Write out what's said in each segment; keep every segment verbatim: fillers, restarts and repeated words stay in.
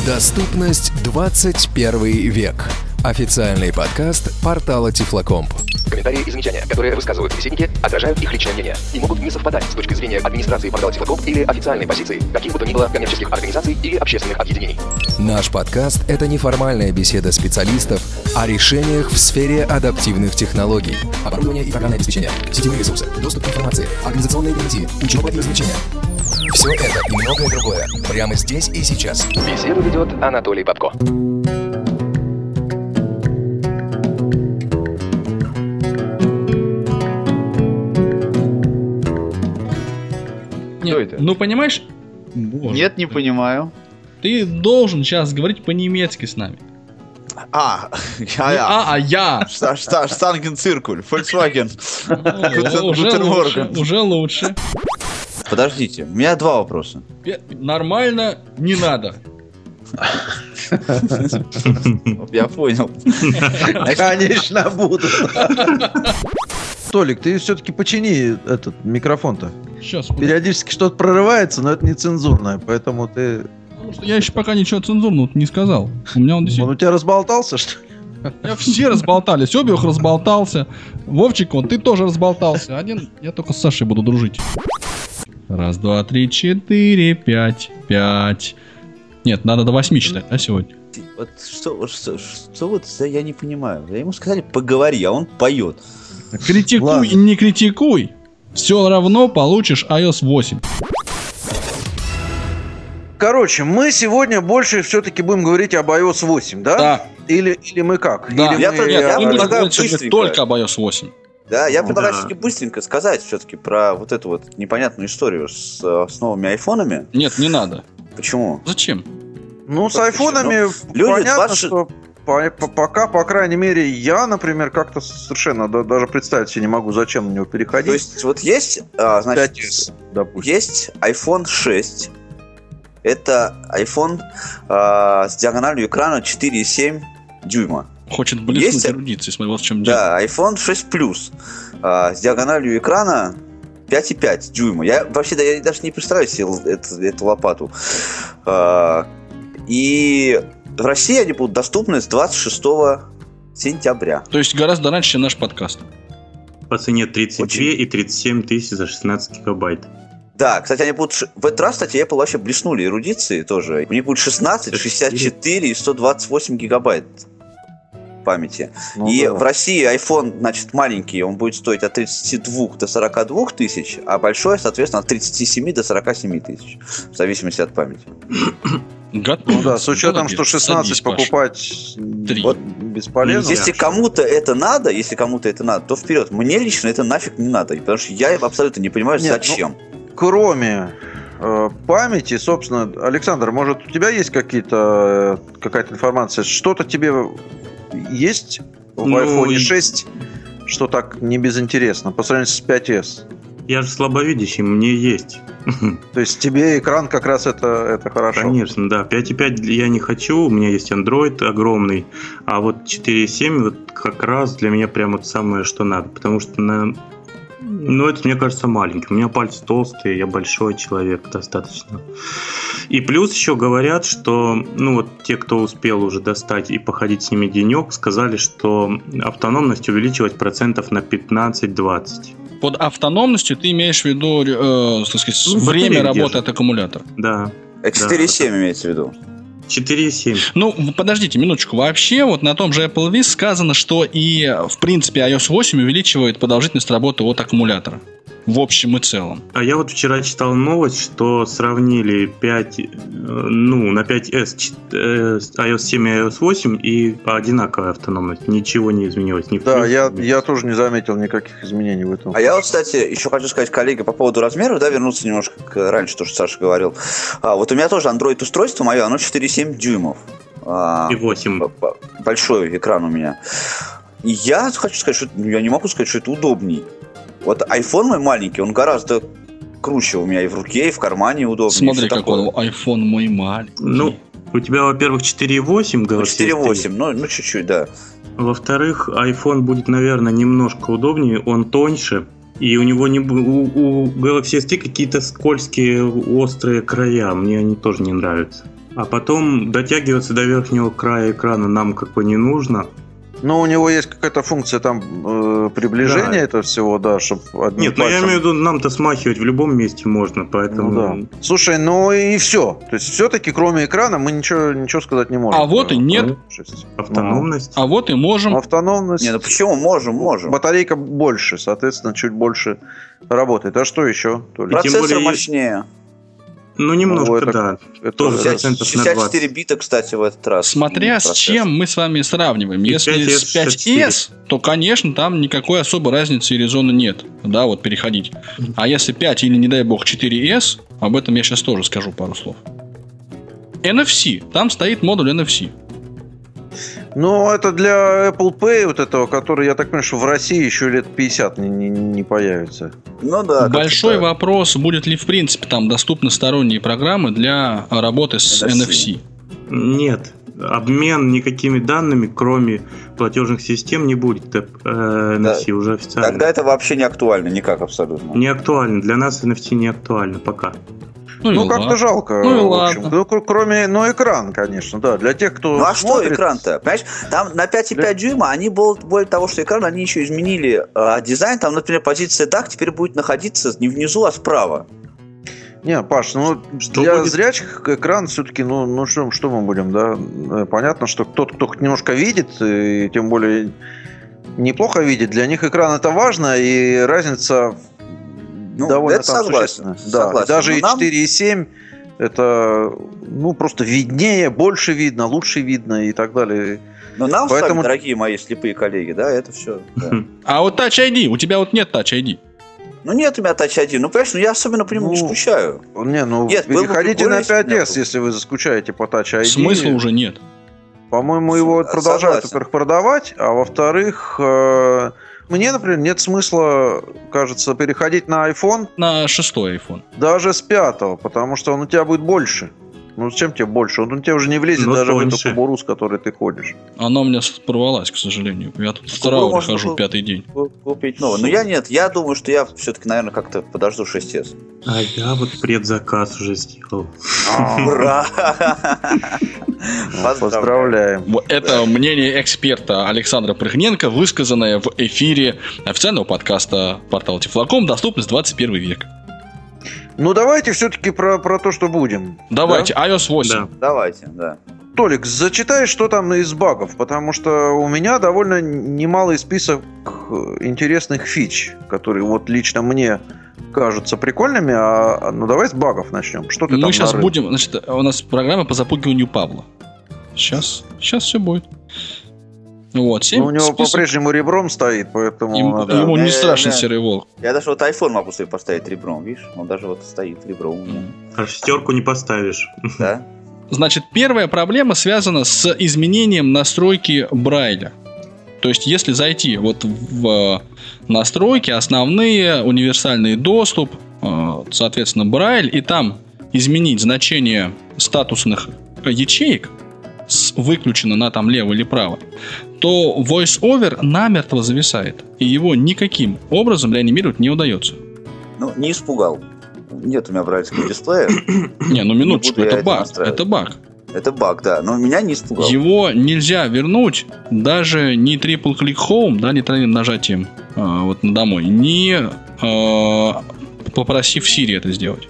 Доступность двадцать первый век. Официальный подкаст портала Тифлокомп. Комментарии и замечания, которые высказывают собеседники, отражают их личное мнение и могут не совпадать с точки зрения администрации портала Тифлокомп или официальной позиции каких бы то ни было коммерческих организаций или общественных объединений. Наш подкаст – это неформальная беседа специалистов о решениях в сфере адаптивных технологий. Оборудование и программное обеспечение, сетевые ресурсы, доступ к информации, организационные гарантии, учеба и развлечения. Все это и многое другое прямо здесь и сейчас. Беседу ведет Анатолий Бабко. Нет, это? Ну, понимаешь? Боже, Нет, не понимаю. Ты должен сейчас говорить по-немецки с нами. А, я, я. А, а я. Штангенциркуль, Volkswagen. Уже лучше, уже лучше. Подождите, у меня два вопроса. Нормально, не надо. Я понял. Конечно, буду. Толик, ты все-таки почини этот микрофон-то. Сейчас. Периодически что-то прорывается, но это не цензурное, поэтому ты... Потому что я еще пока ничего цензурного не сказал. У меня он действительно... Он у тебя разболтался, что ли? Я все разболтались. Обиух разболтался. Вовчик, он, ты тоже разболтался. Один, я только с Сашей буду дружить. Раз, два, три, четыре, пять, пять. Нет, надо до восьми считать, а сегодня? Вот что, что, что вот я не понимаю. Ему сказали поговори, а он поет. Критикуй, Ладно. Не критикуй. Все равно получишь ай о эс восемь. Короче, мы сегодня больше все-таки будем говорить об ай о эс восемь, да? Да. Или, или мы как? Да. Или я, мы... Нет, я мы предлагаю быстренько только об ай о эс восемь. Да, я предлагаю да. все-таки быстренько сказать все-таки про вот эту вот непонятную историю с, с новыми айфонами. Нет, не надо. Почему? Зачем? Ну, с айфонами ну, понятно, двадцать... что по, по, пока, по крайней мере, я, например, как-то совершенно да, даже представить себе не могу, зачем на него переходить. То есть, вот есть, а, значит, пять эс, допустим. Есть айфон шесть. Это iPhone а, с диагональю экрана четыре и семь дюйма. Хочет блеснуть эрудиции, смотри, вот в чем дело. Да, iPhone шесть плюс а, с диагональю экрана пять и пять дюйма. Я вообще да, я даже не представляю себе эту, эту лопату. А, и в России они будут доступны с двадцать шестого сентября. То есть гораздо раньше, чем наш подкаст. По цене тридцать две и тридцать семь тысяч за шестнадцать гигабайт. Да, кстати, они будут... В этот раз, кстати, Apple вообще блеснули эрудиции тоже. У них будет шестнадцать, шестьдесят четыре и сто двадцать восемь гигабайт памяти. Ну, и да. В России iPhone, значит, маленький, он будет стоить от тридцати двух до сорока двух тысяч, а большой, соответственно, от тридцати семи до сорока семи тысяч. В зависимости от памяти. Ну да, с учетом, что шестнадцать покупать вот, бесполезно. Если кому-то это надо, если кому-то это надо, то вперед. Мне лично это нафиг не надо, потому что я абсолютно не понимаю, Нет, зачем. Ну... Кроме э, памяти, собственно, Александр, может, у тебя есть какие-то, э, какая-то информация? Что-то тебе есть в ну, айфон шесть, что так не безинтересно по сравнению с пять эс? Я же слабовидящий, мне есть. То есть тебе экран как раз это, это хорошо? Конечно, да. пять и пять я не хочу, у меня есть Android огромный, а вот четыре и семь вот как раз для меня прям вот самое, что надо, потому что на... Ну, это, мне кажется, маленький. У меня пальцы толстые, я большой человек достаточно. И плюс еще говорят, что, ну, вот те, кто успел уже достать и походить с ними денек, сказали, что автономность увеличивать процентов на пятнадцать-двадцать. Под автономностью ты имеешь в виду, э, так сказать, ну, время работы от аккумулятора? Да. четыре и семь да. имеется в виду? четыре и семь. Ну, подождите минуточку. Вообще, вот на том же Apple Viz сказано, что и, в принципе, ай о эс восемь увеличивает продолжительность работы от аккумулятора. В общем и целом. А я вот вчера читал новость, что сравнили пять, ну, на пять эс ай о эс семь и ай о эс восемь, и одинаковая автономность. Ничего не изменилось. Ни да, я, я тоже не заметил никаких изменений в этом. А я вот, кстати, еще хочу сказать, коллега, по поводу размеров, да, вернуться немножко к раньше, то, что Саша говорил. А, вот у меня тоже Android-устройство мое, оно четыре и семь дюймов. А, и восемь. Большой экран у меня. И я хочу сказать, что я не могу сказать, что это удобней. Вот iPhone мой маленький, он гораздо круче у меня и в руке, и в кармане удобнее. Смотри, какой iPhone мой маленький. Ну, у тебя, во-первых, четыре и восемь Galaxy четыре и восемь, ну, ну чуть-чуть, да. Во-вторых, iPhone будет, наверное, немножко удобнее, он тоньше. И у него не, у, у Galaxy эс три какие-то скользкие, острые края. Мне они тоже не нравятся. А потом дотягиваться до верхнего края экрана нам как бы не нужно. Ну, у него есть какая-то функция там э, приближения да. этого всего, да, чтобы одним Нет, пальцем... ну я имею в виду, нам-то смахивать в любом месте можно, поэтому... Ну, да. Слушай, ну и все. То есть все-таки кроме экрана мы ничего, ничего сказать не можем. А вот и нет. Автономность. А вот и можем. Автономность. Не, ну почему можем, можем. Батарейка больше, соответственно, чуть больше работает. А что еще? Процессор более... мощнее. Ну, немножко, ну, это, да. Это тоже шестьдесят четыре бита, кстати, в этот раз. Смотря с чем мы с вами сравниваем. И Если с пять эс, то, конечно, там никакой особой разницы и резона нет. Да, вот переходить. А если пять или, не дай бог, четыре эс, об этом я сейчас тоже скажу пару слов. эн эф си. Там стоит модуль эн эф си. Ну, это для Apple Pay, вот этого, который, я так понимаю, что в России еще лет пятьдесят не, не, не появится. Ну да. Большой вопрос, будет ли в принципе там доступны сторонние программы для работы с эн эф си. Нет. Обмен никакими данными, кроме платежных систем, не будет э, эн эф си да. уже официально. Тогда это вообще не актуально, никак абсолютно. Не актуально. Для нас эн эф си не актуально пока. Ну, ну как-то ладно. жалко. Ну, в общем. Ну, кроме, ну, экран, конечно, да. Для тех, кто. Ну а смотрит... что экран-то? Понимаешь, там на пять и пять дюйма они более того, что экран, они еще изменили э, дизайн. Там, например, позиция дак теперь будет находиться не внизу, а справа. Не, Паш, ну что для будет? Зрячих экран все-таки, ну, ну что, что мы будем, да? Понятно, что тот, кто немножко видит, и тем более неплохо видит, для них экран это важно, и разница. Ну, довольно там существенно. Да. Согласен. Даже и четыре и семь это ну, просто виднее, больше видно, лучше видно и так далее. Но нам Поэтому... с вами, дорогие мои слепые коллеги, да, это все. Да. А вот Touch ай ди, у тебя вот нет Touch ай ди. Ну нет у меня Touch ай ди, ну понимаешь, ну я особенно по нему ну, не скучаю. Не, ну нет, переходите на пять эс, если вы заскучаете по Touch ай ди. Смысла уже нет. По-моему, его Согласен. продолжают, во-первых, продавать, а во-вторых... Э- Мне, например, нет смысла, кажется, переходить на iPhone. На шестой iPhone. Даже с пятого, потому что он у тебя будет больше. Ну, чем тебе больше? Он у тебя уже не влезет Но даже тоньше. в эту кобуру, с которой ты ходишь. Она у меня порвалась, к сожалению. Я тут в трауре хожу купить, пятый день. Купить новый. Но я нет, я думаю, что я все-таки, наверное, как-то подожду шесть эс. А я вот предзаказ уже сделал. Ура! Поздравляем. Это мнение эксперта Александра Прыгненко, высказанное в эфире официального подкаста портала Тифлоком «Доступность двадцать первый век». Ну, давайте все-таки про, про то, что будем. Давайте, да? ай о эс восемь. Да. Давайте, да. Толик, зачитай, что там из багов, потому что у меня довольно немалый список интересных фич, которые вот лично мне кажутся прикольными, а ну давай с багов начнем. Что ты Мы там сейчас нарыл? будем, значит, у нас программа по запугиванию Павла. Сейчас, сейчас все будет. Вот, семь, ну, у него список. По-прежнему ребром стоит, поэтому... Им, надо... Ему да, не да, страшен да. серый волк. Я даже вот iPhone могу себе поставить ребром, видишь? Он даже вот стоит ребром у меня. А шестерку не поставишь. Да? Значит, первая проблема связана с изменением настройки Брайля. То есть, если зайти вот в настройки, основные, универсальный доступ, соответственно, Брайль, и там изменить значение статусных ячеек, выключено на там лево или право, то VoiceOver намертво зависает, и его никаким образом реанимировать не удается. Ну, не испугал. Нет у меня брайлевского дисплея. Не, ну минуточку, это баг, это баг. Это баг, да, но меня не испугал. Его нельзя вернуть даже ни triple click home, да, ни тройным нажатием э, вот на домой, ни э, попросив Siri это сделать.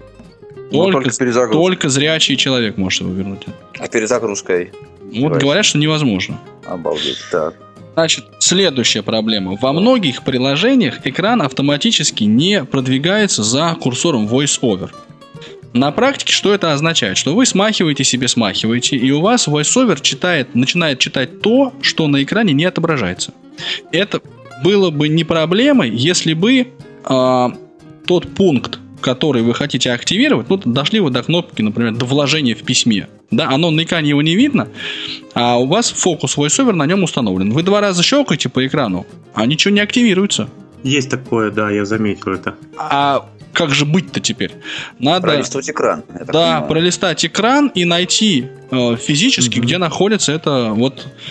Только, только, только зрячий человек может его вернуть. А перезагрузкой? Вот Давайте. Говорят, что невозможно. Обалдеть, так. Значит, следующая проблема. Во многих приложениях экран автоматически не продвигается за курсором VoiceOver. На практике что это означает? Что вы смахиваете себе, смахиваете, и у вас VoiceOver читает, начинает читать то, что на экране не отображается. Это было бы не проблемой, если бы э, тот пункт, который вы хотите активировать, ну, дошли вы до кнопки, например, до вложения в письме. Да, оно на экране его не видно, а у вас фокус VoiceOver на нем установлен. Вы два раза щелкаете по экрану, а ничего не активируется. Есть такое, да, я заметил это. А как же быть-то теперь? Надо пролистывать экран. Да, понимаю. пролистать экран и найти э, физически, угу. где находится это вот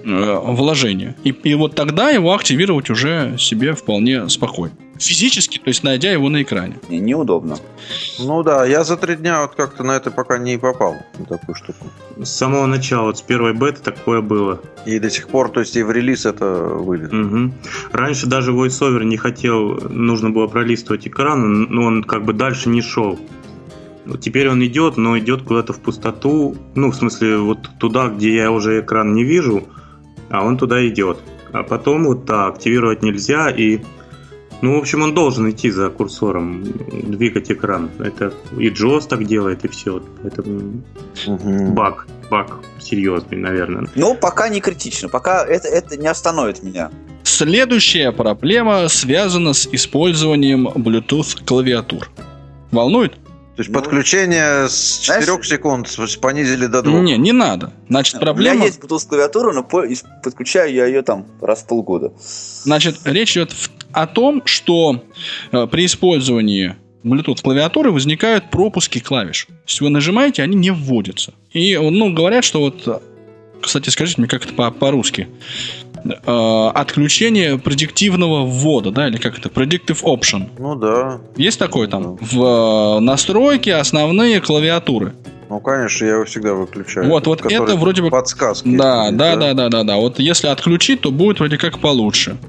э, вложение. И, и вот тогда его активировать уже себе вполне спокойно. Физически, то есть найдя его на экране. Не, неудобно. Ну да, я за три дня вот как-то на это пока не попал, на такую штуку. С самого начала, вот с первой беты такое было. И до сих пор, то есть и в релиз это вылет. Угу. Раньше даже VoiceOver не хотел, нужно было пролистывать экран, но он как бы дальше не шел. Теперь он идет, но идет куда-то в пустоту. Ну, в смысле, вот туда, где я уже экран не вижу, а он туда идет. А потом вот да, активировать нельзя, и ну, в общем, он должен идти за курсором, двигать экран. Это и джоус так делает, и все. Это угу. баг, баг серьезный, наверное. Ну, пока не критично, пока это, это не остановит меня. Следующая проблема связана с использованием Bluetooth клавиатур. Волнует? То есть ну, подключение с четырёх секунд понизили до двух? Не, не надо. Значит, проблема... У меня есть Bluetooth клавиатура, но подключаю я ее там раз в полгода. Значит, речь идет о том, что э, при использовании Bluetooth клавиатуры возникают пропуски клавиш. То есть вы нажимаете, они не вводятся. И, ну, говорят, что вот... Кстати, скажите мне, как это по- по-русски? Э, отключение предиктивного ввода, да, или как это? Predictive option. Ну да. Есть такое там? В э, настройки основные клавиатуры. Ну, конечно, я его всегда выключаю. Вот, вот это вроде бы... Подсказки. Да, да, да, да, да, да. Вот если отключить, то будет вроде как получше.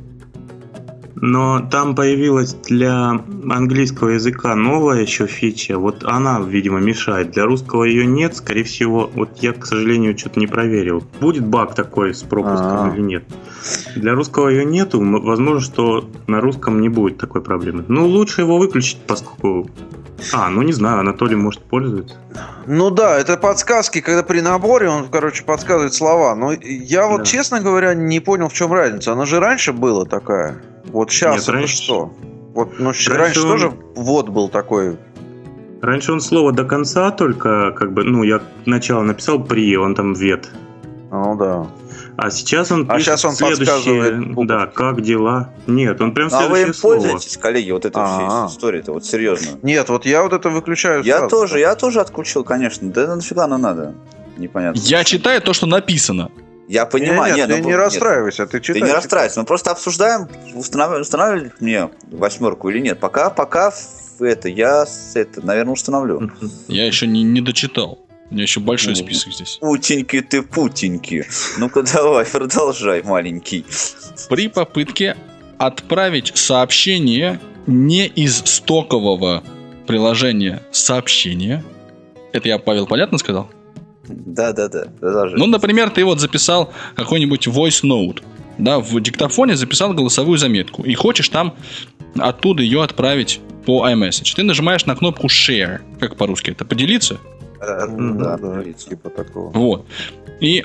Но там появилась для английского языка новая еще фича. Вот она, видимо, мешает. Для русского ее нет, скорее всего. Вот я, к сожалению, что-то не проверил. Будет баг такой с пропуском А-а-а. или нет. Для русского ее нету. Возможно, что на русском не будет такой проблемы. Ну, лучше его выключить, поскольку... А, ну не знаю, Анатолий, может, пользуется. Ну да, это подсказки, когда при наборе он, короче, подсказывает слова. Но я вот, да. честно говоря, не понял, в чем разница. Она же раньше была такая. Вот сейчас Нет, это раньше... что? Вот, ну, раньше раньше он... тоже ввод был такой. Раньше он слово до конца только, как бы, ну, я сначала написал при, он там вет. Ну да. А сейчас он а пишет сейчас он следующее, да, как дела? Нет, он прям следующее слово. А вы им слово. пользуетесь, коллеги, вот этой всей историей-то, вот серьезно? Нет, вот я вот это выключаю Я сразу. тоже, я тоже отключил, конечно. Да нафига оно надо? Непонятно. Я читаю то, что написано. Я понимаю. Нет, нет, ты ну, не расстраивайся, ты читай. Ты не расстраивайся, мы просто обсуждаем, устанавливали, устанавливали мне восьмерку или нет. Пока, пока это, я это, наверное, установлю. Я еще не, не дочитал. У меня еще большой ну, список здесь. Путенький ты, путенький. Ну-ка давай, продолжай, маленький. При попытке отправить сообщение не из стокового приложения сообщения. Это я, Павел, понятно сказал? Да-да-да, продолжай. Ну, например, ты вот записал какой-нибудь voice note, да, в диктофоне записал голосовую заметку и хочешь там оттуда ее отправить по iMessage. Ты нажимаешь на кнопку share, как по-русски это, поделиться? Да, да, типа такого. Вот. И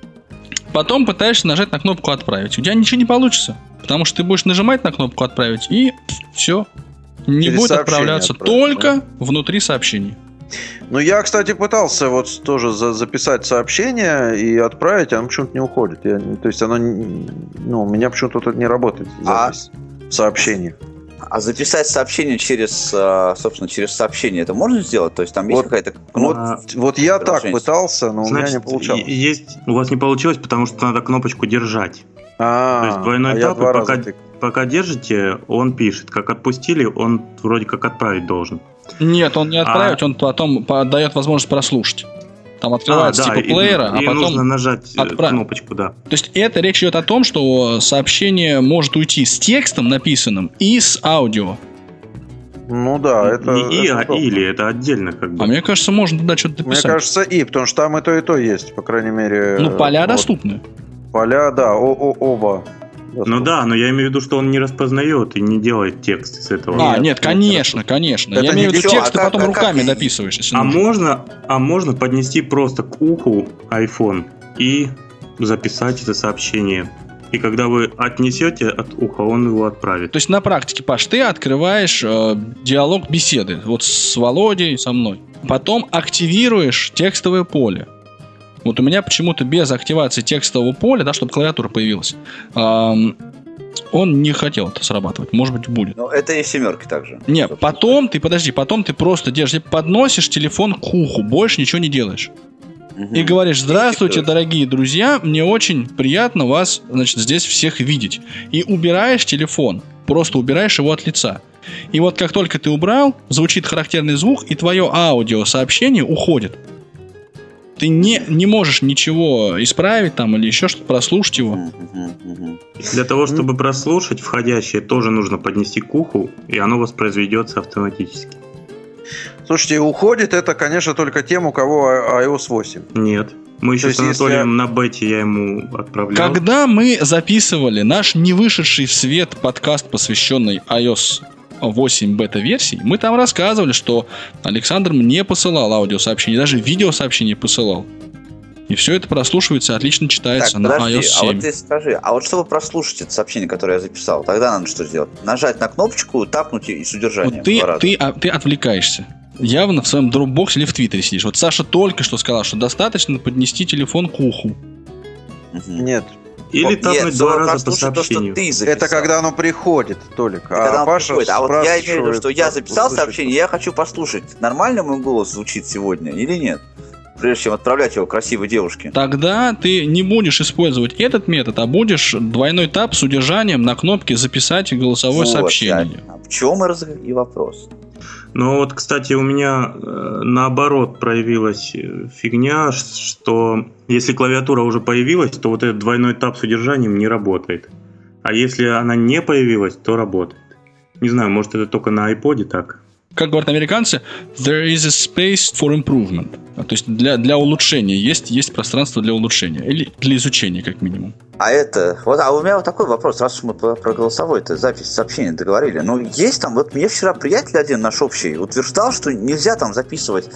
потом пытаешься нажать на кнопку «Отправить». У тебя ничего не получится, потому что ты будешь нажимать на кнопку «Отправить» и все. Не Или будет отправляться только да? внутри сообщений. Ну, я, кстати, пытался вот тоже за- записать сообщение и отправить, а оно почему-то не уходит. Я, то есть оно, ну, у меня почему-то тут не работает запись а... сообщений. А записать сообщение через, собственно, через сообщение это можно сделать? То есть там есть вот, какая-то кнопка? Вот, вот я так пытался, но Значит, у меня не получалось. Есть, у вас не получилось, потому что надо кнопочку держать. А, То есть двойной а этап, пока, ты... пока держите, он пишет. Как отпустили, он вроде как отправить должен. Нет, он не отправить, а... он потом дает возможность прослушать. Там открывается а, да, типа плеера, и, а и потом нужно нажать отправ... кнопочку, да. То есть это речь идет о том, что сообщение может уйти с текстом написанным и с аудио. Ну да, это... Не это и, а или, это отдельно как бы. А мне кажется, можно туда что-то дописать. Мне кажется, и, потому что там и то, и то есть, по крайней мере... Ну, поля вот. доступны. Поля, да, о- о- оба. Ну да, но я имею в виду, что он не распознает и не делает текст с этого. А, нет, нет конечно, конечно. Это я имею в виду текст, а ты как, потом а руками как? дописываешь. Если а, нужно. можно, а можно поднести просто к уху iPhone и записать это сообщение. И когда вы отнесете от уха, он его отправит. То есть на практике, Паш, ты открываешь э, диалог беседы вот с Володей и со мной. Потом активируешь текстовое поле. Вот у меня почему-то без активации текстового поля, да, чтобы клавиатура появилась, эм, он не хотел это срабатывать. Может быть, будет. Ну, это и семерки также. Не, потом ты, подожди, потом ты просто держишь, подносишь телефон к уху, больше ничего не делаешь. и говоришь: здравствуйте, дорогие друзья, мне очень приятно вас, значит, здесь всех видеть. И убираешь телефон, просто убираешь его от лица. И вот как только ты убрал, звучит характерный звук, и твое аудиосообщение уходит. Ты не, не можешь ничего исправить там или еще что-то, прослушать его. Для того, чтобы прослушать входящее, тоже нужно поднести к уху, и оно воспроизведется автоматически. Слушайте, уходит это, конечно, только тем, у кого ай о эс восемь. Нет. Мы еще с Анатолием если... на бете я ему отправлял. Когда мы записывали наш не вышедший в свет подкаст, посвященный ай о эс восемь бета-версий, мы там рассказывали, что Александр мне посылал аудиосообщение, даже видеосообщение посылал. И все это прослушивается, отлично читается так, на подожди, ай о эс семь. А вот ты скажи, а вот чтобы прослушать это сообщение, которое я записал, тогда надо что сделать? Нажать на кнопочку, тапнуть и с удержанием. Вот ты, ты, а, ты отвлекаешься. Явно в своем Dropbox или в Твиттере сидишь. Вот Саша только что сказал, что достаточно поднести телефон к уху. Нет. Или тапнуть два раза по сообщению. То, это когда оно приходит, Толик. А, а, Паша приходит. А вот я имею в виду, что я записал сообщение, я хочу послушать, нормально мой голос звучит сегодня или нет, прежде чем отправлять его красивой девушке. Тогда ты не будешь использовать этот метод, а будешь двойной тап с удержанием на кнопке «Записать голосовое вот, сообщение». А в чем и вопрос? Ну вот, кстати, у меня э, наоборот проявилась фигня, что если клавиатура уже появилась, то вот этот двойной тап с удержанием не работает. А если она не появилась, то работает. Не знаю, может это только на iPod так. Как говорят американцы, there is a space for improvement. То есть для, для улучшения есть, есть пространство для улучшения. Или для изучения, как минимум. А это... Вот, а у меня вот такой вопрос, раз уж мы про, про голосовой-то запись сообщения договорили. Ну, есть там... Вот мне вчера приятель один наш общий утверждал, что нельзя там записывать,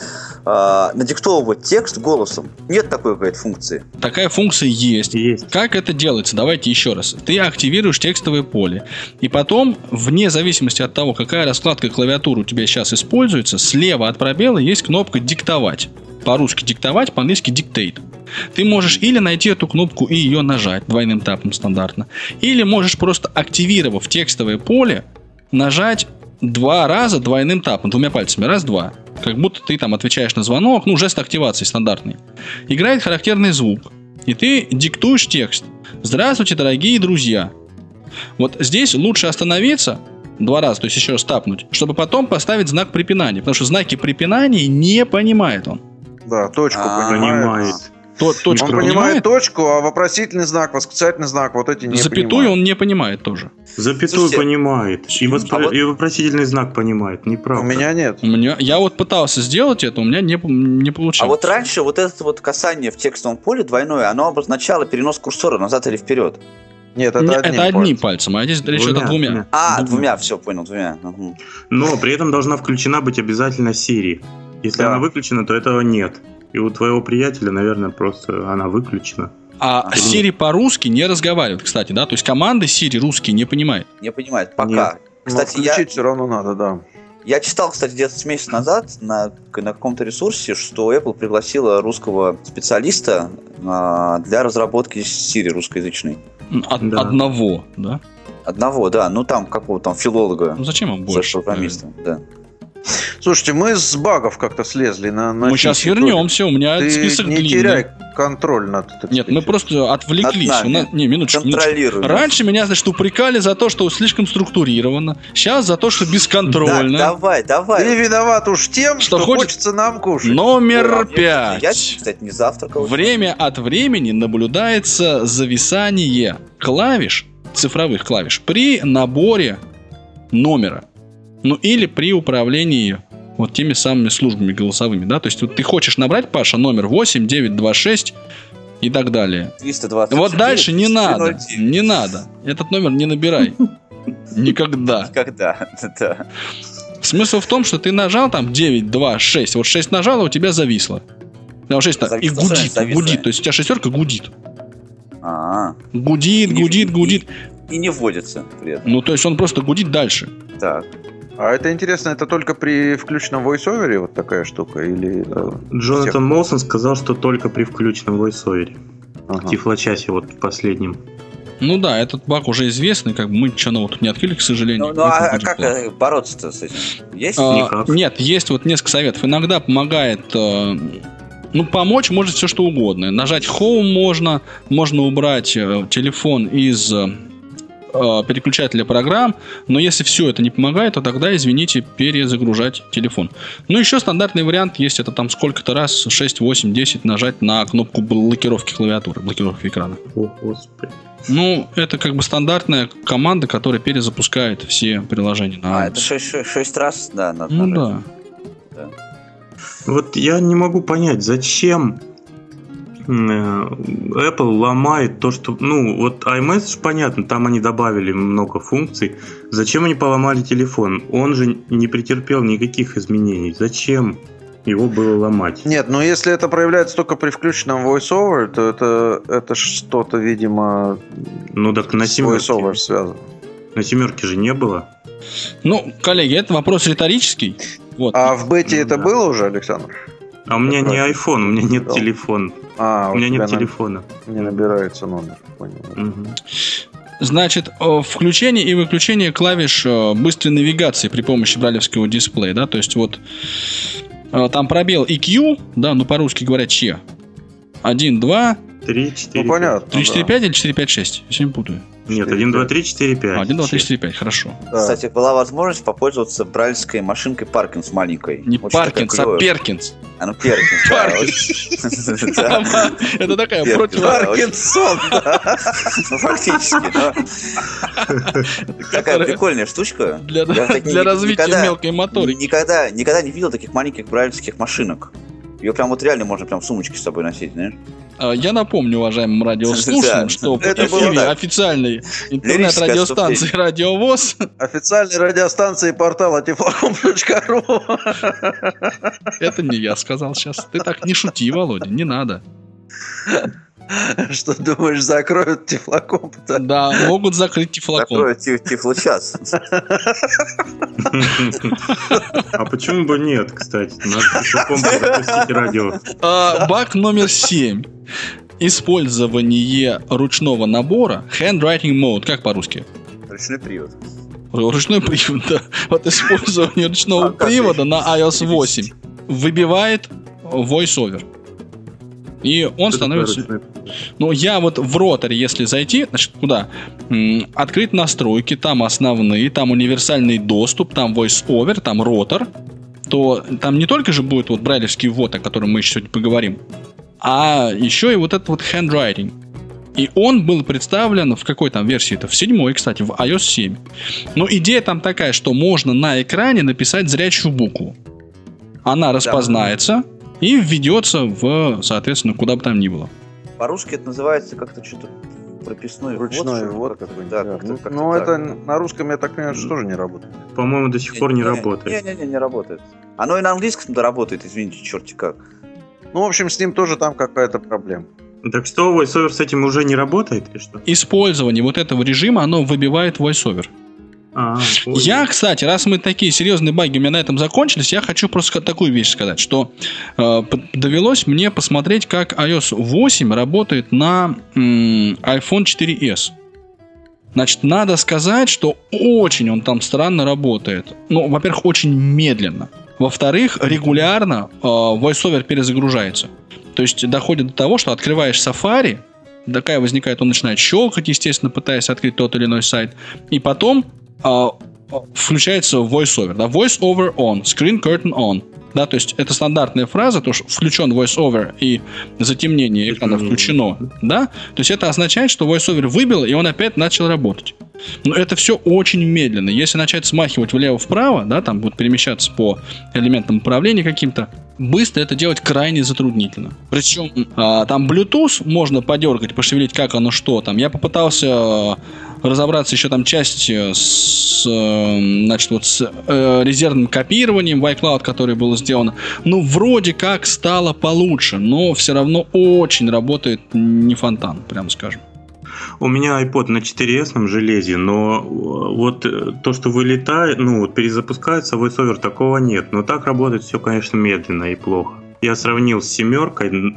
э, надиктовывать текст голосом. Нет такой какой-то функции. Такая функция есть. Есть. Как это делается? Давайте еще раз. Ты активируешь текстовое поле. И потом, вне зависимости от того, какая раскладка клавиатуры у тебя сейчас используется, слева от пробела есть кнопка «Диктовать». По-русски диктовать, по-английски dictate. Ты можешь или найти эту кнопку и ее нажать двойным тапом стандартно, или можешь просто, активировав текстовое поле, нажать два раза двойным тапом, двумя пальцами, раз-два. Как будто ты там отвечаешь на звонок, ну, жест активации стандартный. Играет характерный звук, и ты диктуешь текст. Здравствуйте, дорогие друзья. Вот здесь лучше остановиться два раза, то есть еще раз тапнуть, чтобы потом поставить знак препинания, потому что знаки препинания не понимает он. Да, точку А-а-а. понимает. То, точку он понимает, понимает точку, а вопросительный знак, восклицательный знак, вот эти не запятую понимает. Он не понимает тоже. Запятую Слушайте, понимает. И, воспро... а вот... и вопросительный знак понимает. Неправда. У меня нет. У меня... Я вот пытался сделать это, у меня не, не получилось. А вот раньше вот это вот касание в текстовом поле двойное, оно обозначало перенос курсора назад или вперед. Нет, это, Нет, одним, это одним пальцем, а здесь речь идет о двумя. А, двумя. двумя, все, понял, двумя. Угу. Но при этом должна включена быть обязательно Siri. Если да. она выключена, то этого нет. И у твоего приятеля, наверное, просто она выключена. А Siri по-русски не разговаривает, кстати, да? То есть команды Siri русские не понимает. Не понимает, пока. Нет. Кстати, но включить я... все равно надо, да. Я читал, кстати, где-то с месяц назад на, на каком-то ресурсе, что Apple пригласила русского специалиста а, для разработки Siri русскоязычной. Од- да. Одного, да? Одного, да. Ну там какого-то там филолога. Ну зачем им больше? Программиста, да. Слушайте, мы с багов как-то слезли на, на мы сейчас вернемся, у меня Ты список не длинный. теряй контроль над... Нет, сказать, мы просто отвлеклись. У нас... Не, минуточку, минуточку. Раньше меня, значит, упрекали за то, что слишком структурировано. Сейчас за то, что бесконтрольно. Да, давай, давай. Ты виноват уж тем, что, что хочет... хочется нам кушать. Номер пять. Я, кстати, не завтракал. Время от времени наблюдается зависание клавиш, цифровых клавиш, при наборе номера. Ну или при управлении вот теми самыми службами голосовыми, да, то есть вот ты хочешь набрать, Паша, номер восемь девять два шесть и так далее. триста двадцать Вот дальше не надо, не надо. Этот номер не набирай. Никогда. Никогда, да. Смысл в том, что ты нажал там девять два шесть, вот шесть нажал, а у тебя зависло. Там шесть и гудит, гудит, то есть у тебя шестерка гудит. А-а. Гудит, гудит, гудит. И не вводится при этом. Ну, то есть он просто гудит дальше. Так. А это интересно, это только при включенном voice-over вот такая штука? Или... Джонатан Молсон сказал, что только при включенном voice-over. Ага. В Тифлочасе вот в последнем. Ну да, этот баг уже известный, как бы мы ничего нового тут не открыли, к сожалению. Ну, ну а как плохо. Бороться-то с этим? Есть? А, нет, есть вот несколько советов. Иногда помогает э, Ну, помочь может все что угодно. Нажать Home можно, можно убрать э, телефон из э, переключателя программ, но если все это не помогает, то тогда, извините, перезагружать телефон. Ну, еще стандартный вариант есть, это там сколько-то раз, шесть, восемь, десять нажать на кнопку блокировки клавиатуры, блокировки экрана. О, Господи. Ну, это как бы стандартная команда, которая перезапускает все приложения на А, это шесть раз, да, надо Ну нажать. да. Вот я не могу понять, зачем Apple ломает то, что... Ну, вот iMessage, понятно, там они добавили много функций. Зачем они поломали телефон? Он же не претерпел никаких изменений. Зачем его было ломать? Нет, ну если это проявляется только при включенном VoiceOver, то это, это что-то, видимо, ну, так на с VoiceOver связано. На семерке же не было. Ну, коллеги, это вопрос риторический. Вот. А в бете ну, это да. было уже, Александр? А у меня не iPhone, у меня нет да. телефона. А, у меня нет на... телефона. Не набирается номер. Понял. Угу. Значит, включение и выключение клавиш быстрой навигации при помощи брайлевского дисплея, да, то есть вот там пробел и Q, да, ну по-русски говоря, Ч. один, два, три, четыре, ну, понятно, три, четыре, да. пять или четыре, пять, шесть? Я не путаю. Нет, один, два, три, четыре, пять. один, два, три, четыре, пять, хорошо. Да. Кстати, была возможность попользоваться брайлевской машинкой Паркинс маленькой. Не Паркинс, а Перкинс. А, ну Перкинс. Это такая против... Паркинсон, да. Ну, фактически, такая прикольная штучка. Для развития мелкой моторики. Никогда не видел таких маленьких брайлевских машинок. Ее прям вот реально можно прям в сумочке с собой носить, знаешь? Я напомню, уважаемым радиослушателям, да, что это в эфире официальной интернет-радиостанции «Радиовоз». Официальной радиостанции портала тифлокомп точка ру. Это не я сказал сейчас. Ты так не шути, Володя, не надо. Что думаешь, закроют Тифлокомп? Да, могут закрыть Тифлокомп. Закроют Тифлочас. А почему бы нет, кстати? Надо Тифлокомп запустить радио. Баг номер семь. Использование ручного набора Handwriting Mode. Как по-русски? Ручной привод. Ручной привод, да. Вот использование ручного привода на ай о эс восемь выбивает VoiceOver. И он становится... Ну, я вот в роторе, если зайти, значит, куда? М- открыть настройки, там основные, там универсальный доступ, там VoiceOver, там ротор, то там не только же будет вот брайлевский ввод, о котором мы еще сегодня поговорим, а еще и вот этот вот handwriting. И он был представлен в какой там версии? Это в седьмой, кстати, в ай о эс семь. Но идея там такая, что можно на экране написать зрячую букву. Она распознается... И введется в, соответственно, куда бы там ни было. По-русски это называется как-то что-то прописной ручной ввод. какой-нибудь. Да, да. как-то, ну, как-то ну так. это на русском, я так понимаю, что тоже не работает. По-моему, до сих пор не, не работает. Не-не-не, не работает. Оно и на английском-то работает, извините, черти как. Ну, в общем, с ним тоже там какая-то проблема. Так что, VoiceOver с этим уже не работает или что? Использование вот этого режима, оно выбивает VoiceOver. А, я, кстати, раз мы такие серьезные баги у меня на этом закончились, я хочу просто такую вещь сказать, что э, довелось мне посмотреть, как ай о эс восемь работает на м, iPhone четыре эс. Значит, надо сказать, что очень он там странно работает. Ну, во-первых, очень медленно. Во-вторых, регулярно э, VoiceOver перезагружается. То есть доходит до того, что открываешь Safari, такая возникает, он начинает щелкать, естественно, пытаясь открыть тот или иной сайт, и потом Uh, включается VoiceOver, да, VoiceOver on, Screen Curtain on, да, то есть это стандартная фраза, то, что включен VoiceOver и затемнение экрана включено, да, то есть это означает, что VoiceOver выбил, и он опять начал работать. Но это все очень медленно. Если начать смахивать влево-вправо, да, там будет перемещаться по элементам управления каким-то, быстро это делать крайне затруднительно. Причем а, там Bluetooth можно подергать, пошевелить, как оно что там. Я попытался а, разобраться еще там часть с, значит, вот с э, резервным копированием в iCloud, которое было сделано. Ну, вроде как стало получше, но все равно очень работает не фонтан, прямо скажем. У меня iPod на четыре эс железе, но вот то, что вылетает, ну вот перезапускается, VoiceOver такого нет. Но так работает все, конечно, медленно и плохо. Я сравнил с семеркой,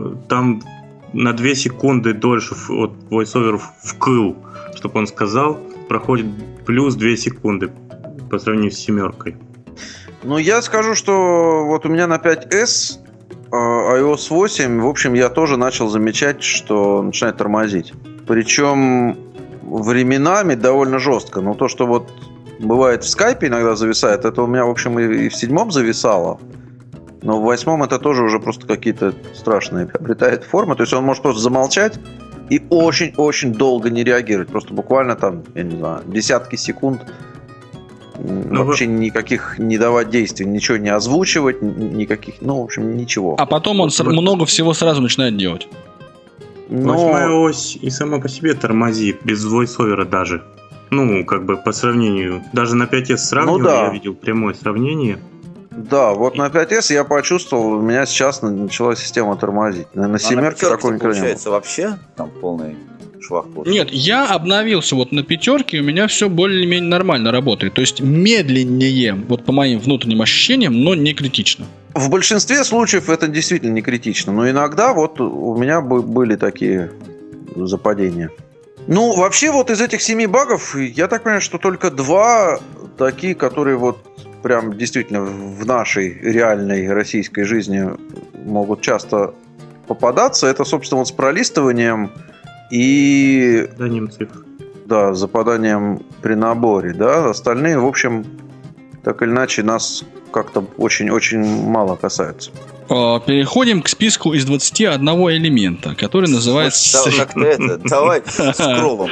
там на две секунды дольше вот VoiceOver вкл, чтобы он сказал, проходит плюс две секунды по сравнению с семеркой. Ну, я скажу, что вот у меня на пять эс ай о эс восемь, в общем, я тоже начал замечать, что начинает тормозить. Причем временами довольно жестко. Но то, что вот бывает в скайпе иногда зависает, это у меня, в общем, и в седьмом зависало. Но в восьмом это тоже уже просто какие-то страшные обретает формы. То есть он может просто замолчать и очень-очень долго не реагировать. Просто буквально там, я не знаю, десятки секунд ну, вообще вы... никаких не давать действий, ничего не озвучивать, никаких, ну, в общем, ничего. А потом он вот, много всего сразу начинает делать. Но... Восьмая ось и сама по себе тормозит, без войсовера даже. Ну, как бы по сравнению. Даже на пять эс сравнивал, ну, да. Я видел прямое сравнение. Да, вот на пять эс я почувствовал, у меня сейчас начала система тормозить. На семерке такого никогда не было. Получается вообще там полный швах. Нет, я обновился вот на пятерке, у меня все более-менее нормально работает. То есть медленнее, вот по моим внутренним ощущениям, но не критично. В большинстве случаев это действительно не критично, но иногда вот у меня были такие западения. Ну, вообще вот из этих семи багов, я так понимаю, что только два такие, которые вот прям действительно в нашей реальной российской жизни могут часто попадаться. Это, собственно, вот с пролистыванием и... Западанием цифр. Да, западанием при наборе, да. Остальные, в общем, так или иначе, нас как-то очень-очень мало касаются. Переходим к списку из двадцати одного элемента, который называется... Давай, как-то это, давай скроллом.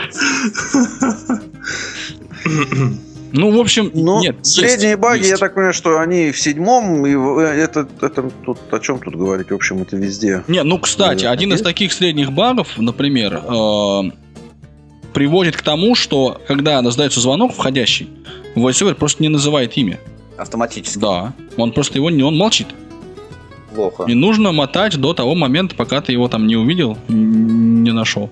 Ну, в общем, ну, нет. Средние есть, баги, есть. Я так понимаю, что они в седьмом, и это, это тут о чем тут говорить, в общем, это везде. Не, ну, кстати, наверное, один есть? Из таких средних багов, например, э, приводит к тому, что когда раздается звонок входящий, voiceover просто не называет имя. Автоматически. Да, он просто его не, он молчит. Плохо. И нужно мотать до того момента, пока ты его там не увидел, не нашел.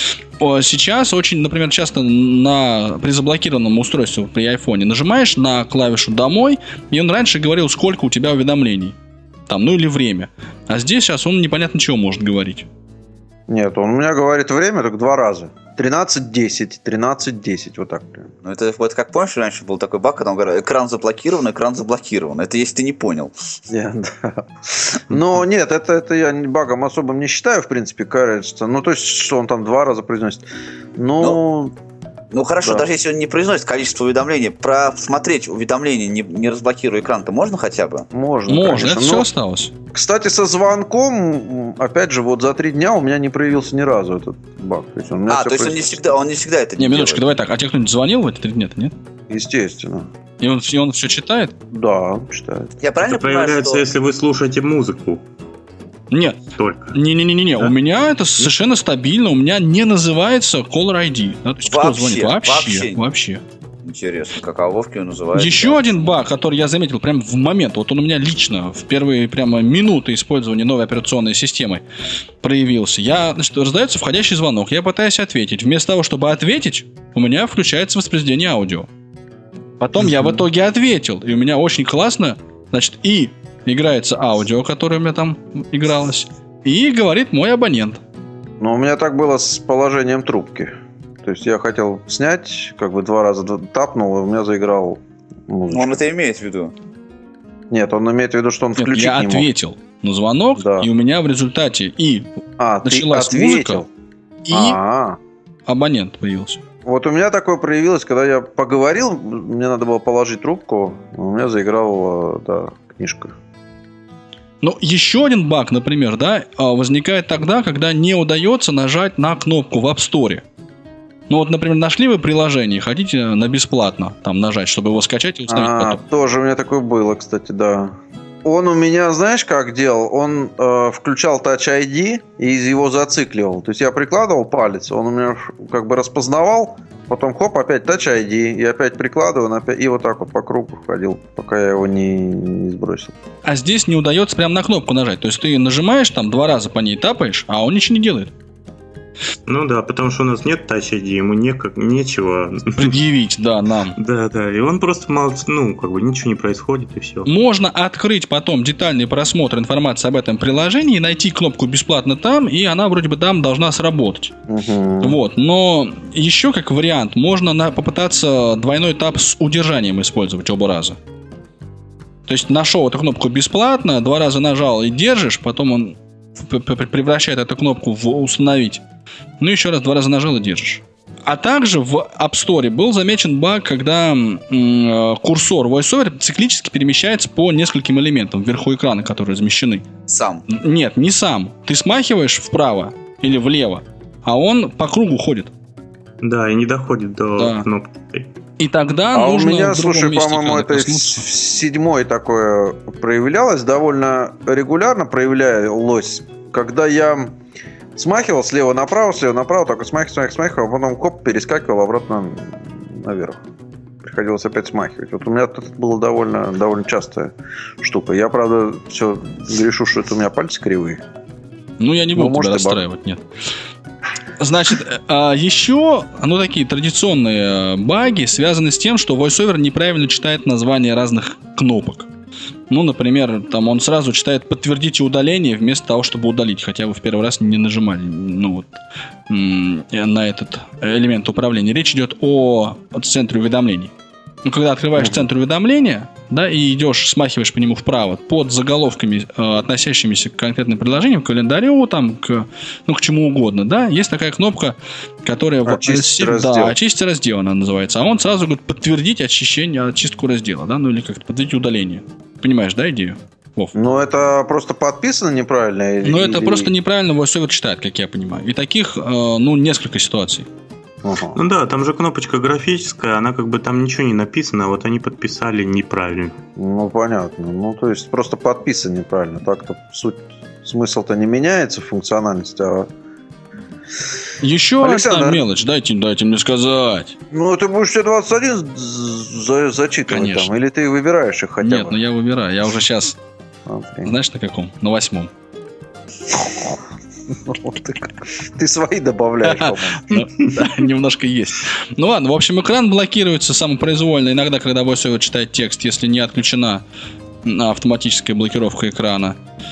Сейчас очень, например, часто на, при заблокированном устройстве при айфоне нажимаешь на клавишу «Домой», и он раньше говорил, сколько у тебя уведомлений. Там, ну или время. А здесь сейчас он непонятно чего может говорить. Нет, он у меня говорит время только два раза. тринадцать десять, тринадцать десять, вот так. Ну, это вот как помнишь, раньше был такой баг, когда он говорил, экран заблокирован, экран заблокирован. Это если ты не понял. Yeah, да. Но нет, это, это я багом особым не считаю, в принципе, кажется. Ну, то есть, что он там два раза произносит. Ну... Но... Ну хорошо, да. Даже если он не произносит количество уведомлений, просмотреть уведомления, не, не разблокируя экран-то можно хотя бы? Можно, Можно, конечно, это но... все осталось. Кстати, со звонком, опять же, вот за три дня у меня не проявился ни разу этот баг. То есть он а, то есть он не, всегда, он не всегда это не, не минуточку, делает. Давай так, а тебе кто-нибудь звонил в эти три дня-то, нет? Естественно. И он, и он все читает? Да, он читает. Я правильно это понимаю, проявляется, что... если вы слушаете музыку. Нет. Только. Не-не-не-не. Да? У меня это совершенно стабильно. У меня не называется caller ай ди. Да? То есть вообще, кто звонит? Вообще. Вообще. вообще. Интересно, как а Вовки он называется. Еще да. один баг, который я заметил прямо в момент. Вот он у меня лично в первые прямо минуты использования новой операционной системы проявился. Я, значит, раздается входящий звонок. Я пытаюсь ответить. Вместо того, чтобы ответить, у меня включается воспроизведение аудио. Потом mm-hmm. я в итоге ответил. И у меня очень классно, значит, и играется аудио, которое у меня там игралось, и говорит мой абонент. Ну, у меня так было с положением трубки. То есть я хотел снять, как бы два раза тапнул, и у меня заиграл музычка. Он это имеет в виду? Нет, он имеет в виду, что он Нет, включить я не мог. Я ответил на звонок, да. И у меня в результате и а, началась музыка, и А-а-а. абонент появился. Вот у меня такое проявилось, когда я поговорил, мне надо было положить трубку, у меня заиграла, да, книжка. Ну, еще один баг, например, да, возникает тогда, когда не удается нажать на кнопку в App Store. Ну, вот, например, нашли вы приложение, хотите на бесплатно там нажать, чтобы его скачать и установить а, потом. Тоже у меня такое было, кстати, да. Он у меня, знаешь, как делал? Он э, включал Touch ай ди и его зацикливал. То есть я прикладывал палец, он у меня как бы распознавал, потом хоп, опять Touch ай ди, и опять прикладываю, опять, и вот так вот по кругу ходил, пока я его не, не сбросил. А здесь не удается прям на кнопку нажать. То есть ты нажимаешь, там два раза по ней тапаешь, а он ничего не делает. Ну да, потому что у нас нет Touch ай ди, ему некак, нечего предъявить, да, нам. Да, да, и он просто молчит, ну, как бы ничего не происходит, и все. Можно открыть потом детальный просмотр информации об этом приложении, найти кнопку бесплатно там, и она вроде бы там должна сработать. Угу. Вот, но еще как вариант, можно на, попытаться двойной тап с удержанием использовать оба раза. То есть нашел эту кнопку бесплатно, два раза нажал и держишь, потом он превращает эту кнопку в «Установить». Ну, еще раз два раза нажал и держишь. А также в App Store был замечен баг, когда м- курсор VoiceOver циклически перемещается по нескольким элементам вверху экрана, которые размещены. Сам? Нет, не сам. Ты смахиваешь вправо или влево, а он по кругу ходит. Да, и не доходит до да. кнопки. И тогда а нужно у меня, в другом слушай, месте по-моему, это в седьмой такое проявлялось, довольно регулярно проявлялось, когда я смахивал слева направо, слева направо, так смахивал, смахивал, смахивал, а потом коп перескакивал обратно наверх. Приходилось опять смахивать. Вот у меня это было довольно, довольно частая штука. Я, правда, все решу, что это у меня пальцы кривые. Ну, я не буду ну, тебя расстраивать, нет. Значит, еще, ну, такие традиционные баги связаны с тем, что VoiceOver неправильно читает названия разных кнопок. Ну, например, там он сразу читает «подтвердите удаление» вместо того, чтобы удалить, хотя вы в первый раз не нажимали, ну, вот, на этот элемент управления. Речь идет о центре уведомлений. Ну, когда открываешь центр уведомления, да, и идешь, смахиваешь по нему вправо, под заголовками, э, относящимися к конкретным приложениям, к календарю, там, к, ну, к чему угодно, да, есть такая кнопка, которая... Очистить в, раздел. Да, очистить раздел она называется. А он сразу говорит подтвердить очищение, очистку раздела, да, ну, или как-то подтвердить удаление. Понимаешь, да, идею? Вов. Ну, это просто подписано неправильно? Ну, или... это просто неправильно VoiceOver читает, как я понимаю. И таких, э, ну, несколько ситуаций. Uh-huh. Ну да, там же кнопочка графическая, она как бы там ничего не написано, а вот они подписали неправильно. Ну понятно, ну то есть просто подписано неправильно, так-то суть, смысл-то не меняется, функциональность, а... Еще Александр... одна мелочь, дайте, дайте мне сказать. Ну ты будешь все двадцать один за- зачитывать. Конечно. Там, или ты выбираешь их хотя Нет, бы? Нет, ну я выбираю, я уже сейчас, okay. Знаешь на каком? На восьмом. Ты, ты свои добавляешь, по-моему. Да, немножко есть. Ну ладно, в общем, экран блокируется самопроизвольно иногда, когда VoiceOver читает текст, если не отключена автоматическая блокировка экрана.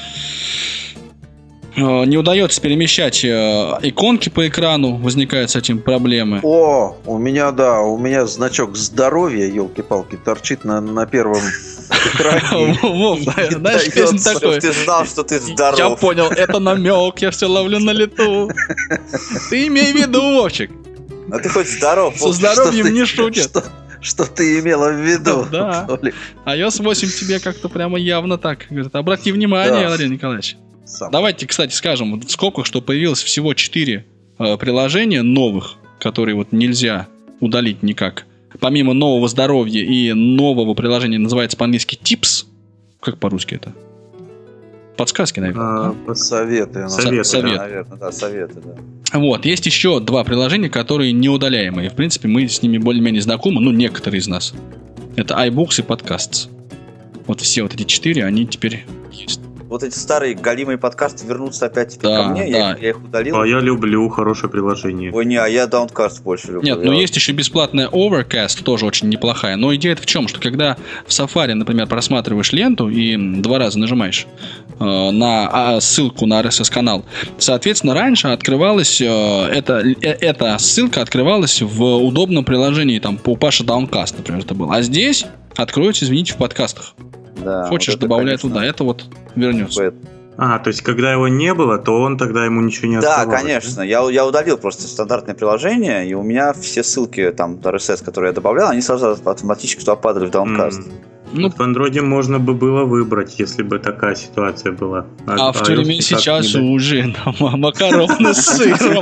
Не удается перемещать иконки по экрану, возникают с этим проблемы. О, у меня, да, у меня значок здоровья, елки-палки, торчит на, на первом экране. Знаешь, песня такой. Ты знал, что ты здоров. Я понял, это намек, я все ловлю на лету. Ты имей в виду, Вовчик. А ты хоть здоров. Со здоровьем не шутят. Что ты имела в виду? Да. iOS восемь тебе как-то прямо явно так говорит. Обрати внимание, Владимир Николаевич. Сам. Давайте, кстати, скажем, вот в скобках, что появилось всего четыре э, приложения новых, которые вот нельзя удалить никак. Помимо нового здоровья и нового приложения, называется по-английски Tips. Как по-русски это? Подсказки, наверное. А, советы. Советы, советы. Да, наверное, да, советы, да. Вот, есть еще два приложения, которые неудаляемые. В принципе, мы с ними более-менее знакомы, ну, некоторые из нас. Это iBooks и Podcasts. Вот все вот эти четыре, они теперь есть. Вот эти старые галимые подкасты вернутся опять теперь да, ко мне, да. я, я их удалил. А я люблю хорошее приложение. Ой, не, а я Downcast больше люблю. Нет, я... но есть еще бесплатная Overcast, тоже очень неплохая. Но идея в чем? Что когда в Safari, например, просматриваешь ленту и два раза нажимаешь э, на ссылку на ар эс эс-канал, соответственно, раньше открывалась, э, эта, э, эта ссылка открывалась в удобном приложении, там, по Паше Downcast, например, это было. А здесь откроется, извините, в подкастах. Да, Хочешь, вот добавляй туда, это вот вернется. А, то есть, когда его не было, то он тогда ему ничего не оставалось. Да, конечно. Я, я удалил просто стандартное приложение, и у меня все ссылки, там, ар эс эс, которые я добавлял, они сразу автоматически туда падали в Downcast. Mm. Ну, в Андроиде можно бы было выбрать, если бы такая ситуация была. А, а в тюрьме сейчас уже макароны с сыром.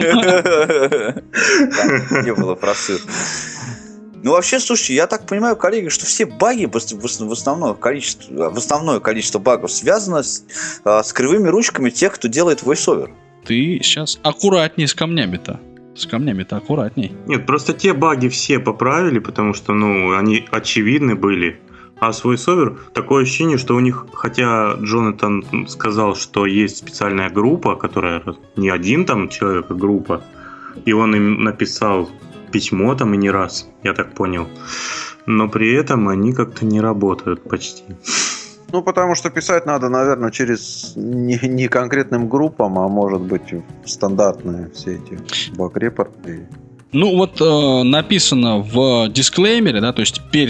Не было про сыр. Ну, вообще, слушайте, я так понимаю, коллеги, что все баги, в основное количество, в основное количество багов связано с, с кривыми ручками тех, кто делает VoiceOver. Ты сейчас аккуратней с камнями-то. С камнями-то аккуратней. Нет, просто те баги все поправили, потому что, ну, они очевидны были. А с VoiceOver такое ощущение, что у них, хотя Джонатан сказал, что есть специальная группа, которая не один там человек, а группа, и он им написал письмо там и не раз, я так понял. Но при этом они как-то не работают почти. Ну, потому что писать надо, наверное, через не, не конкретным группам, а может быть стандартные все эти баг-репорты. Ну, вот э, написано в дисклеймере, да, то есть перед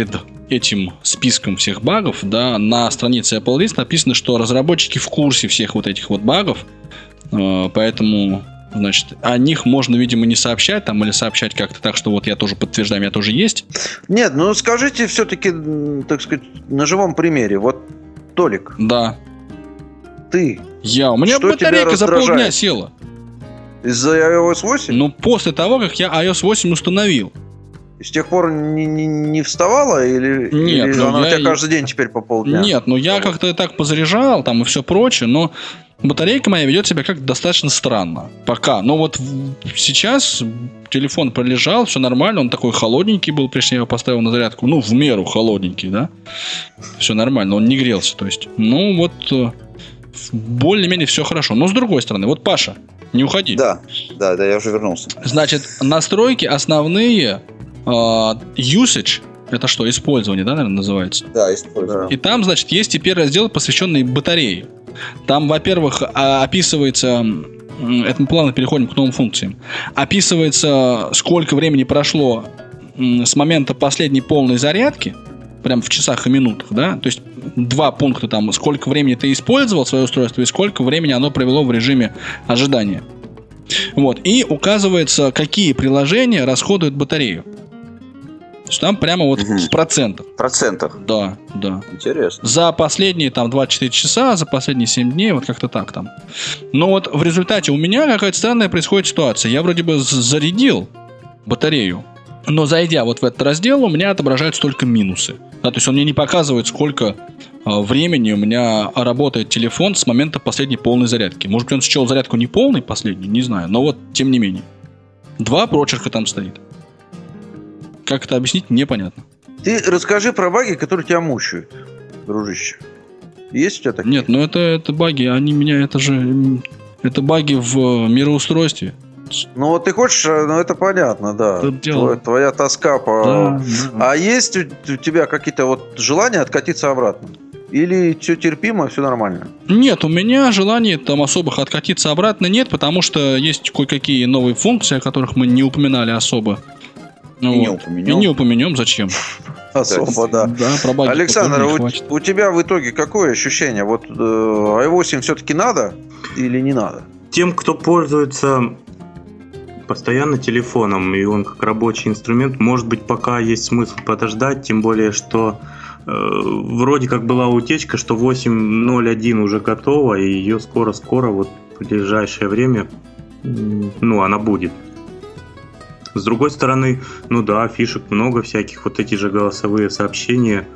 этим списком всех багов, да, на странице Apple List написано, что разработчики в курсе всех вот этих вот багов, э, поэтому, значит, о них можно, видимо, не сообщать там или сообщать как-то так, что вот я тоже подтверждаю, у меня тоже есть. Нет, ну скажите все-таки, так сказать, на живом примере. Вот, Толик. Да. Ты. Я. У меня что батарейка за полдня села. Из-за ай о эс восемь? Ну, после того, как я ай о эс восемь установил. И с тех пор не, не, не вставала? Или, Нет, или ну она я... у тебя каждый день теперь по полдня? Нет, ну я как-то так позаряжал там и все прочее, но батарейка моя ведет себя как-то достаточно странно. Пока. Но вот сейчас телефон пролежал, все нормально, он такой холодненький был, прежде чем я его поставил на зарядку. Ну, в меру холодненький, да? Все нормально, он не грелся, то есть. Ну, вот более-менее все хорошо. Но с другой стороны, вот Паша, не уходи. Да, да, да, я уже вернулся. Значит, настройки основные, uh, usage, это что, использование, да, наверное, называется? Да, использование. И там, значит, есть теперь раздел, посвященный батарее. Там, во-первых, описывается, это мы плавно переходим к новым функциям, описывается, сколько времени прошло с момента последней полной зарядки, прям в часах и минутах, да, то есть два пункта там, сколько времени ты использовал свое устройство и сколько времени оно провело в режиме ожидания. Вот, и указывается, какие приложения расходуют батарею. То есть там прямо вот угу. в процентах. В процентах? Да, да. Интересно. За последние там двадцать четыре часа, за последние семь дней, вот как-то так там. Но вот в результате у меня какая-то странная происходит ситуация. Я вроде бы зарядил батарею, но зайдя вот в этот раздел, у меня отображаются только минусы. Да, то есть он мне не показывает, сколько а, времени у меня работает телефон с момента последней полной зарядки. Может быть, он счел зарядку не полной последней, не знаю. Но вот, тем не менее. Два прочерка там стоит. Как это объяснить, непонятно. Ты расскажи про баги, которые тебя мучают, дружище. Есть у тебя такие? Нет, ну это, это баги, они меня, это же... Это баги в мироустройстве. Ну вот ты хочешь, ну это понятно, да. Твоя, твоя тоска по... Да, да. А есть у, у тебя какие-то вот желания откатиться обратно? Или все терпимо, все нормально? Нет, у меня желаний там особых откатиться обратно нет, потому что есть кое-какие новые функции, о которых мы не упоминали особо. И вот. не упомянем. И не упомянем, зачем? Особо, да. Да, про баги. Александр, у, у тебя в итоге какое ощущение? Вот э, ай восемь все-таки надо или не надо? Тем, кто пользуется постоянно телефоном, и он как рабочий инструмент, может быть, пока есть смысл подождать, тем более, что э, вроде как была утечка, что восемь ноль один уже готова, и ее скоро-скоро, вот в ближайшее время, ну, она будет. С другой стороны, ну да, фишек много всяких, вот эти же голосовые сообщения,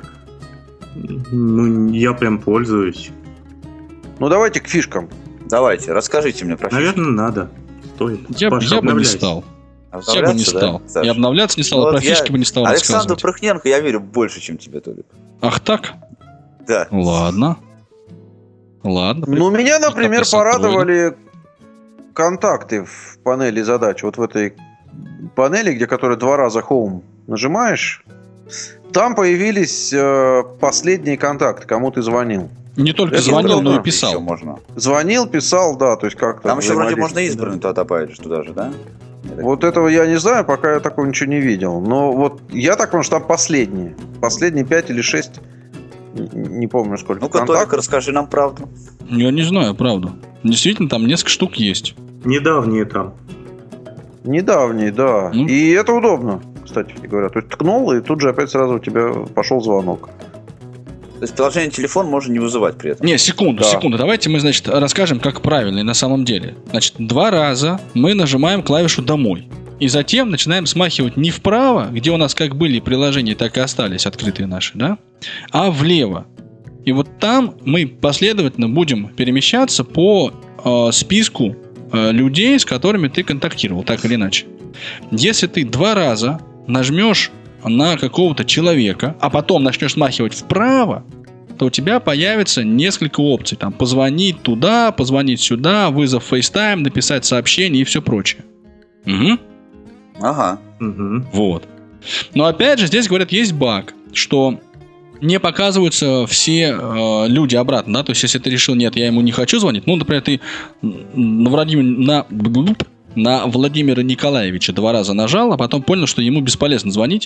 ну, я прям пользуюсь. Ну, давайте к фишкам. Давайте, расскажите мне про фишки. Наверное, надо. Стоит. Я, Паша, я бы не стал. Я бы не стал. Да, я обновляться не стал, ну, а про фишки я... бы не стал Александру рассказывать. Прыхненко я верю больше, чем тебе, Толик. Ах так? Да. Ладно. Ладно. Ну, меня, например, порадовали контакты в панели задач. Вот в этой панели, где которая два раза Home нажимаешь, там появились э, последние контакты, кому ты звонил. Не только это звонил, но и писал. Можно. Звонил, писал, да, то есть как-то. Там еще вроде можно избранный туда добавить туда же, да? Вот этого я не знаю, пока я такого ничего не видел. Но вот я так понимаю, что там последние. Последние пять или шесть. Не помню сколько. Ну-ка, Толик, расскажи нам правду. Я не знаю правду. Действительно, там несколько штук есть. Недавние там. Недавние, да. Ну? И это удобно, кстати говоря. То есть ткнул, и тут же опять сразу у тебя пошел звонок. То есть приложение телефон можно не вызывать при этом. Не, секунду, да. секунду. Давайте мы, значит, расскажем, как правильно и на самом деле. Значит, два раза мы нажимаем клавишу «Домой». И затем начинаем смахивать не вправо, где у нас как были приложения, так и остались открытые наши, да? А влево. И вот там мы последовательно будем перемещаться по э, списку э, людей, с которыми ты контактировал, так или иначе. Если ты два раза нажмешь на какого-то человека, а потом начнешь смахивать вправо, то у тебя появится несколько опций. Там позвонить туда, позвонить сюда, вызов FaceTime, написать сообщение и все прочее. Угу. Ага. Угу. Вот. Но опять же, здесь говорят, есть баг, что не показываются все э, люди обратно, да, то есть если ты решил, нет, я ему не хочу звонить, ну, например, ты на Владимира, на, на Владимира Николаевича два раза нажал, а потом понял, что ему бесполезно звонить,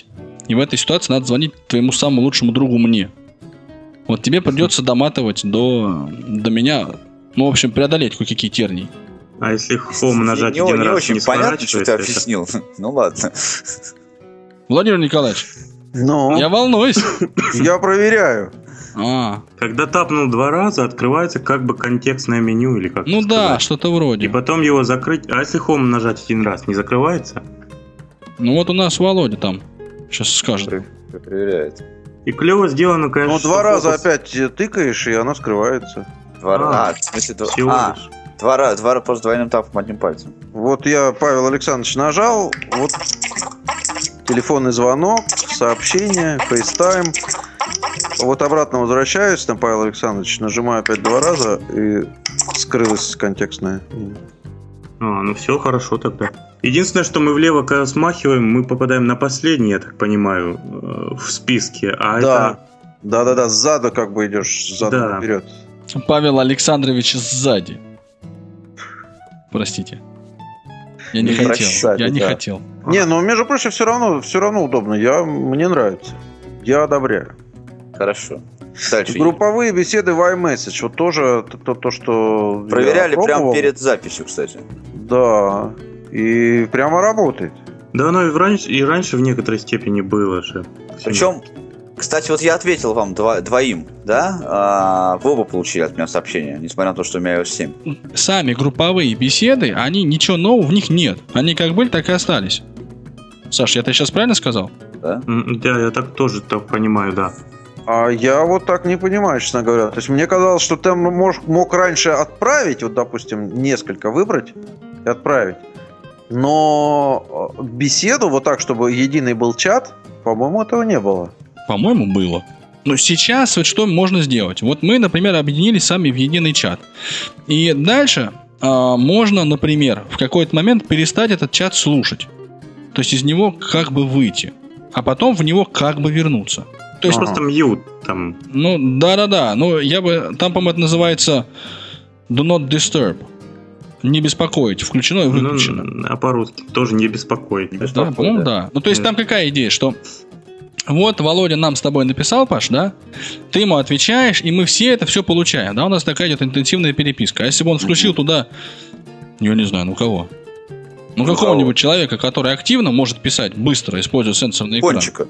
И в этой ситуации надо звонить твоему самому лучшему другу мне. Вот тебе придется доматывать до, до меня, ну, в общем, преодолеть кое-какие тернии. А если Home нажать не, один не раз, очень не понятно, что ты это... объяснил. Ну ладно. Владимир Николаевич, Ну, я волнуюсь. я проверяю. А, Когда тапнул два раза, открывается как бы контекстное меню или как ну это да, сказать. что-то И вроде. потом его закрыть. А если Home нажать один раз, не закрывается? Ну вот у нас Володя там сейчас скажет. Про- Проверяет. И клево сделано, конечно. Ну, что два раза фокус- опять тыкаешь, и она скрывается. Два А, раза. А, в смысле, два... всего а, лишь. два раза, два раза просто двойным тапом одним пальцем. Вот я, Павел Александрович, нажал, вот телефонный звонок, сообщение, FaceTime. Вот обратно возвращаюсь, там, Павел Александрович, нажимаю опять два раза, и скрылось контекстное. А, ну все хорошо тогда. Единственное, что мы влево, когда смахиваем, мы попадаем на последний, я так понимаю, э, в списке. А Да, да-да-да, сзаду как бы идешь, сзаду Да. наперед. Павел Александрович сзади. Простите. Я не Не хотел. прощали, Я не да. хотел. Не, ну, между прочим, все равно, все равно удобно. Я, мне нравится. Я одобряю. Хорошо. Дальше. Групповые беседы в iMessage. Вот тоже то, то, то что я Проверяли прямо пробовал. перед записью, кстати. Да. И прямо работает. Да, оно и, в раньше, и раньше в некоторой степени было же. Причем, кстати, вот я ответил вам дво- двоим, да? А, вы оба получили от меня сообщение, несмотря на то, что у меня ай о эс семь. Сами групповые беседы, они ничего нового в них нет. Они как были, так и остались. Саш, я это сейчас правильно сказал? Да? М, Да, я так тоже так понимаю, да. А я вот так не понимаю, честно говоря. То есть мне казалось, что ты мож, мог раньше отправить, вот, допустим, несколько выбрать и отправить. Но беседу вот так, чтобы единый был чат, по-моему, этого не было. По-моему, было. Но сейчас вот что можно сделать? Вот мы, например, объединились сами в единый чат. И дальше а, можно, например, в какой-то момент перестать этот чат слушать. То есть из него как бы выйти. А потом в него как бы вернуться. То есть, Ага. Просто мьют там. ну, да-да-да. Ну, я бы... Там, по-моему, это называется Do not disturb. Не беспокоить. Включено и выключено. Ну, а по-русски тоже не беспокоить. Не Да, беспокоит, по-моему, да. да. Ну, то есть там какая идея, что вот Володя нам с тобой написал, Паш, да? Ты ему отвечаешь, и мы все это все получаем. Да, у нас такая идет интенсивная переписка. А если бы он включил туда, я не знаю, ну кого? Ну, Ну, какого-нибудь человека, который активно может писать быстро, используя сенсорный экран. Пончика.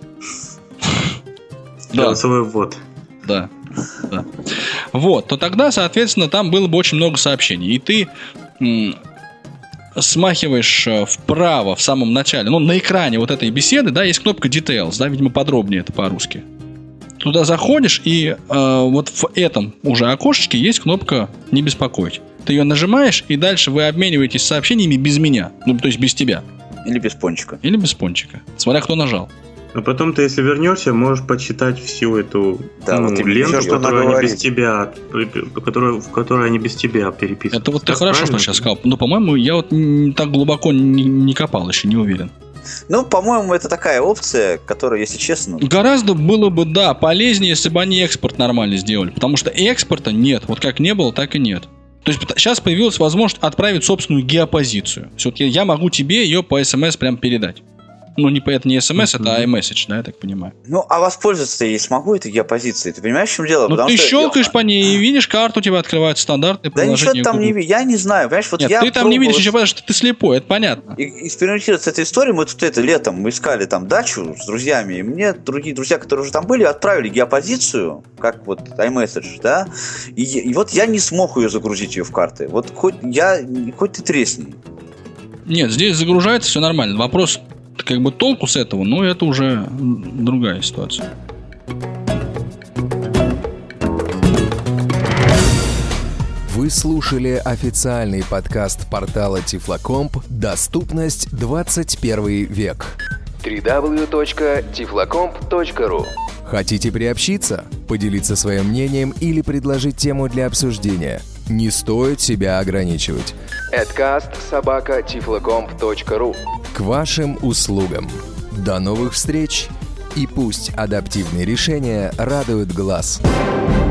Да, Голосовой ввод. да, да. Вот, то тогда, соответственно, там было бы очень много сообщений. И ты м, смахиваешь э, вправо в самом начале, ну, на экране вот этой беседы, да, есть кнопка Details, да, видимо, подробнее это по-русски. Туда заходишь, и э, вот в этом уже окошечке есть кнопка «Не беспокоить». Ты ее нажимаешь, и дальше вы обмениваетесь сообщениями без меня, ну, то есть без тебя, Или без пончика. или без пончика, смотря кто нажал. Но потом ты, если вернешься, можешь почитать всю эту Да, ну, вот именно ленту, всё, что которую они наговорит. без тебя, которую, в которой они без тебя переписывают. Это вот ты Так хорошо, правильно? что сейчас сказал. Но, по-моему, я вот м, так глубоко не, не копал еще, не уверен. Ну, по-моему, это такая опция, которая, если честно... Гораздо было бы, да, полезнее, если бы они экспорт нормально сделали. Потому что экспорта нет. Вот как не было, так и нет. То есть сейчас появилась возможность отправить собственную геопозицию. То есть вот я, я могу тебе ее по смс прям передать. Ну, не, по- это не смс, это iMessage, да, я так понимаю. Ну, а воспользоваться я смогу этой геопозицией? Ты понимаешь, в чем дело? Ну, Потому ты что- щелкаешь по ней и видишь карту, у тебя открывается стандартное Да ничего приложение. ты там не Google. видишь. Я не знаю, понимаешь, вот Нет, я ты там не видишь пробовал еще, потому что ты слепой, это понятно. и- экспериментировать с этой историей. Мы тут это летом мы искали там дачу с друзьями, и мне другие друзья, которые уже там были, отправили геопозицию, как вот iMessage, да, и, и вот я не смог ее загрузить ее в карты. Вот хоть я, хоть ты тресни. Нет, здесь загружается все нормально. Вопрос, как бы толку с этого, но это уже другая ситуация. Вы слушали официальный подкаст портала Тифлокомп «Доступность двадцать первый век». дабл ю дабл ю дабл ю точка тифлокомп точка ру. Хотите приобщиться, поделиться своим мнением или предложить тему для обсуждения? Не стоит себя ограничивать. эдкаст собака тифлокомп точка ру. К вашим услугам. До новых встреч! И пусть адаптивные решения радуют глаз.